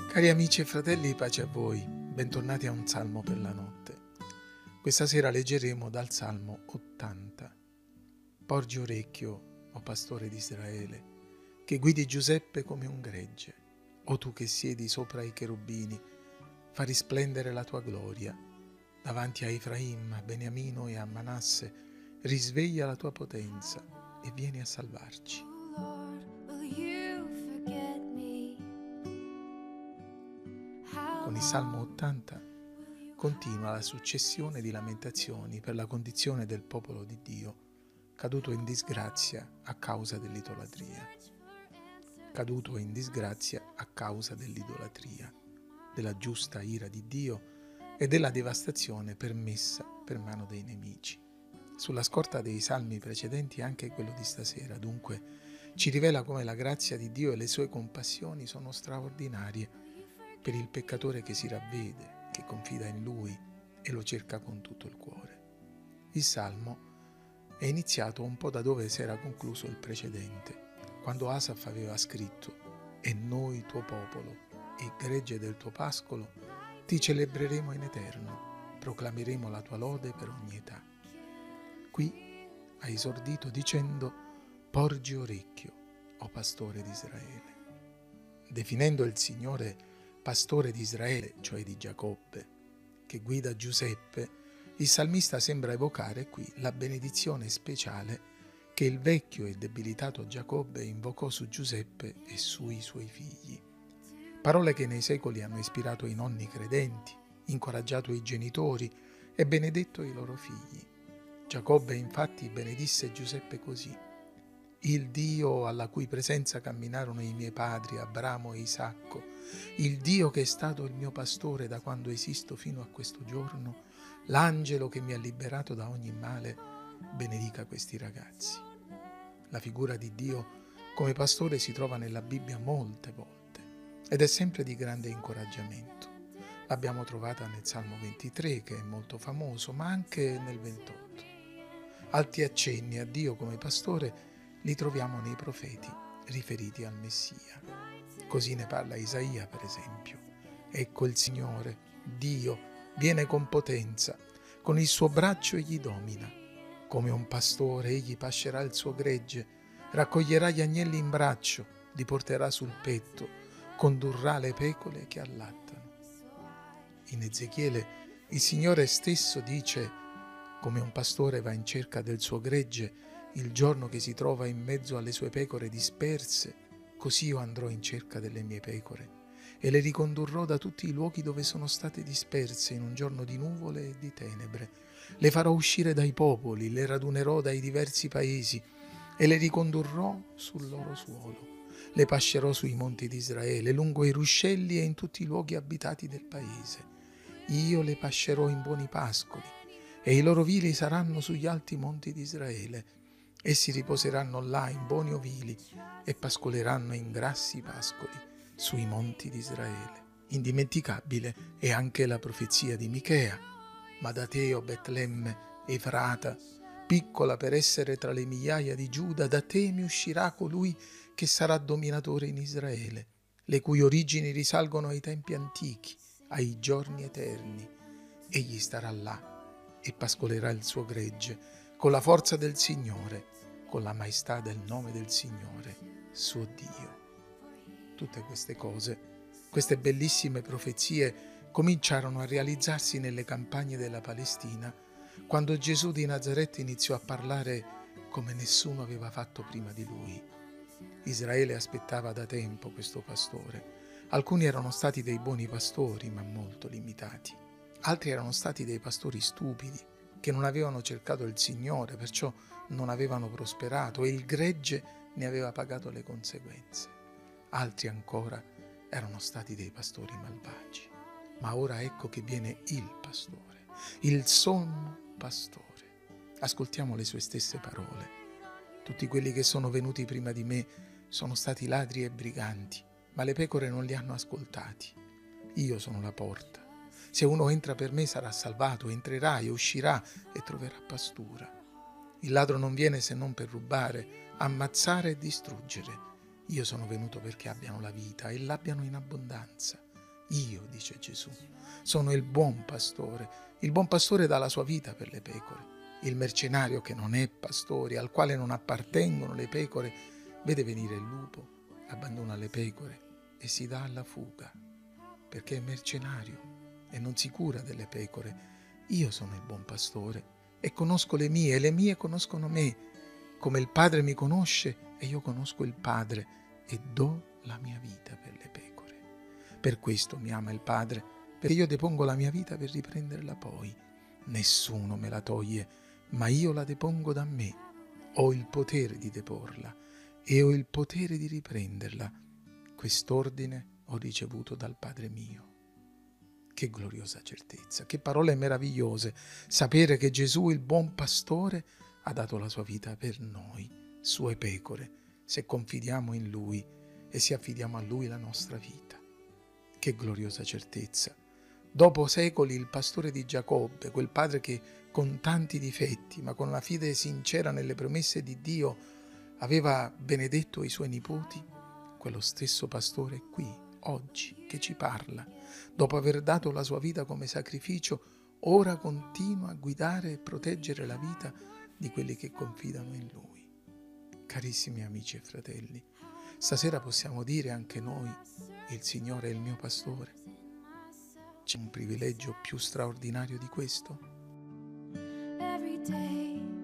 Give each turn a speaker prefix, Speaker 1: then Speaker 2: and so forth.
Speaker 1: Cari amici e fratelli, pace a voi, bentornati a un salmo per la notte. Questa sera leggeremo dal Salmo 80. Porgi orecchio, o pastore di Israele, che guidi Giuseppe come un gregge, o tu che siedi sopra i cherubini, fa risplendere la tua gloria. Davanti a Efraim, a Beniamino e a Manasse, risveglia la tua potenza e vieni a salvarci. Con il Salmo 80 continua la successione di lamentazioni per la condizione del popolo di Dio, caduto in disgrazia a causa dell'idolatria. Caduto in disgrazia a causa dell'idolatria, della giusta ira di Dio e della devastazione permessa per mano dei nemici. Sulla scorta dei salmi precedenti anche quello di stasera, dunque, ci rivela come la grazia di Dio e le sue compassioni sono straordinarie per il peccatore che si ravvede, che confida in Lui e lo cerca con tutto il cuore. Il Salmo è iniziato un po' da dove si era concluso il precedente, quando Asaf aveva scritto: «E noi, tuo popolo, e gregge del tuo pascolo, ti celebreremo in eterno, proclameremo la tua lode per ogni età». Qui ha esordito dicendo: «Porgi orecchio, o pastore di Israele». Definendo il Signore pastore di Israele, cioè di Giacobbe, che guida Giuseppe, il salmista sembra evocare qui la benedizione speciale che il vecchio e debilitato Giacobbe invocò su Giuseppe e sui suoi figli. Parole che nei secoli hanno ispirato i nonni credenti, incoraggiato i genitori e benedetto i loro figli. Giacobbe infatti benedisse Giuseppe così: «Il Dio alla cui presenza camminarono i miei padri, Abramo e Isacco, il Dio che è stato il mio pastore da quando esisto fino a questo giorno, l'angelo che mi ha liberato da ogni male, benedica questi ragazzi». La figura di Dio come pastore si trova nella Bibbia molte volte ed è sempre di grande incoraggiamento. L'abbiamo trovata nel Salmo 23, che è molto famoso, ma anche nel 28. Altri accenni a Dio come pastore li troviamo nei profeti riferiti al Messia. Così ne parla Isaia, per esempio. «Ecco il Signore, Dio, viene con potenza, con il suo braccio egli domina. Come un pastore egli pascerà il suo gregge, raccoglierà gli agnelli in braccio, li porterà sul petto, condurrà le pecore che allattano». In Ezechiele il Signore stesso dice: «Come un pastore va in cerca del suo gregge il giorno che si trova in mezzo alle sue pecore disperse, così io andrò in cerca delle mie pecore e le ricondurrò da tutti i luoghi dove sono state disperse in un giorno di nuvole e di tenebre. Le farò uscire dai popoli, le radunerò dai diversi paesi e le ricondurrò sul loro suolo. Le pascerò sui monti di Israele, lungo i ruscelli e in tutti i luoghi abitati del paese. Io le pascerò in buoni pascoli e i loro vili saranno sugli alti monti di Israele. Essi riposeranno là in buoni ovili e pascoleranno in grassi pascoli sui monti di Israele». Indimenticabile è anche la profezia di Michea: «Ma da te, o Betlemme, Efrata, piccola per essere tra le migliaia di Giuda, da te mi uscirà colui che sarà dominatore in Israele, le cui origini risalgono ai tempi antichi, ai giorni eterni. Egli starà là e pascolerà il suo gregge con la forza del Signore, con la maestà del nome del Signore, suo Dio». Tutte queste cose, queste bellissime profezie, cominciarono a realizzarsi nelle campagne della Palestina, quando Gesù di Nazaret iniziò a parlare come nessuno aveva fatto prima di lui. Israele aspettava da tempo questo pastore. Alcuni erano stati dei buoni pastori, ma molto limitati. Altri erano stati dei pastori stupidi, che non avevano cercato il Signore, perciò non avevano prosperato e il gregge ne aveva pagato le conseguenze. Altri ancora erano stati dei pastori malvagi. Ma ora ecco che viene il pastore, il sommo pastore. Ascoltiamo le sue stesse parole: «Tutti quelli che sono venuti prima di me sono stati ladri e briganti, ma le pecore non li hanno ascoltati. Io sono la porta. Se uno entra per me sarà salvato, entrerà e uscirà e troverà pastura. Il ladro non viene se non per rubare, ammazzare e distruggere. Io sono venuto perché abbiano la vita e l'abbiano in abbondanza. Io, dice Gesù, sono il buon pastore. Il buon pastore dà la sua vita per le pecore. Il mercenario che non è pastore, al quale non appartengono le pecore, vede venire il lupo, abbandona le pecore e si dà alla fuga, perché è mercenario e non si cura delle pecore. Io sono il buon pastore e conosco le mie, e le mie conoscono me, come il Padre mi conosce e io conosco il Padre e do la mia vita per le pecore. Per questo mi ama il Padre, perché io depongo la mia vita per riprenderla poi. Nessuno me la toglie, ma io la depongo da me. Ho il potere di deporla e ho il potere di riprenderla. Quest'ordine ho ricevuto dal Padre mio. Che gloriosa certezza, che parole meravigliose, sapere che Gesù, il buon pastore, ha dato la sua vita per noi, sue pecore, se confidiamo in Lui e se affidiamo a Lui la nostra vita. Che gloriosa certezza. Dopo secoli il pastore di Giacobbe, quel padre che con tanti difetti, ma con la fede sincera nelle promesse di Dio, aveva benedetto i suoi nipoti, quello stesso pastore è qui, oggi, che ci parla. Dopo aver dato la sua vita come sacrificio, ora continua a guidare e proteggere la vita di quelli che confidano in Lui. Carissimi amici e fratelli, stasera possiamo dire anche noi: il Signore è il mio pastore. C'è un privilegio più straordinario di questo?
Speaker 2: Every day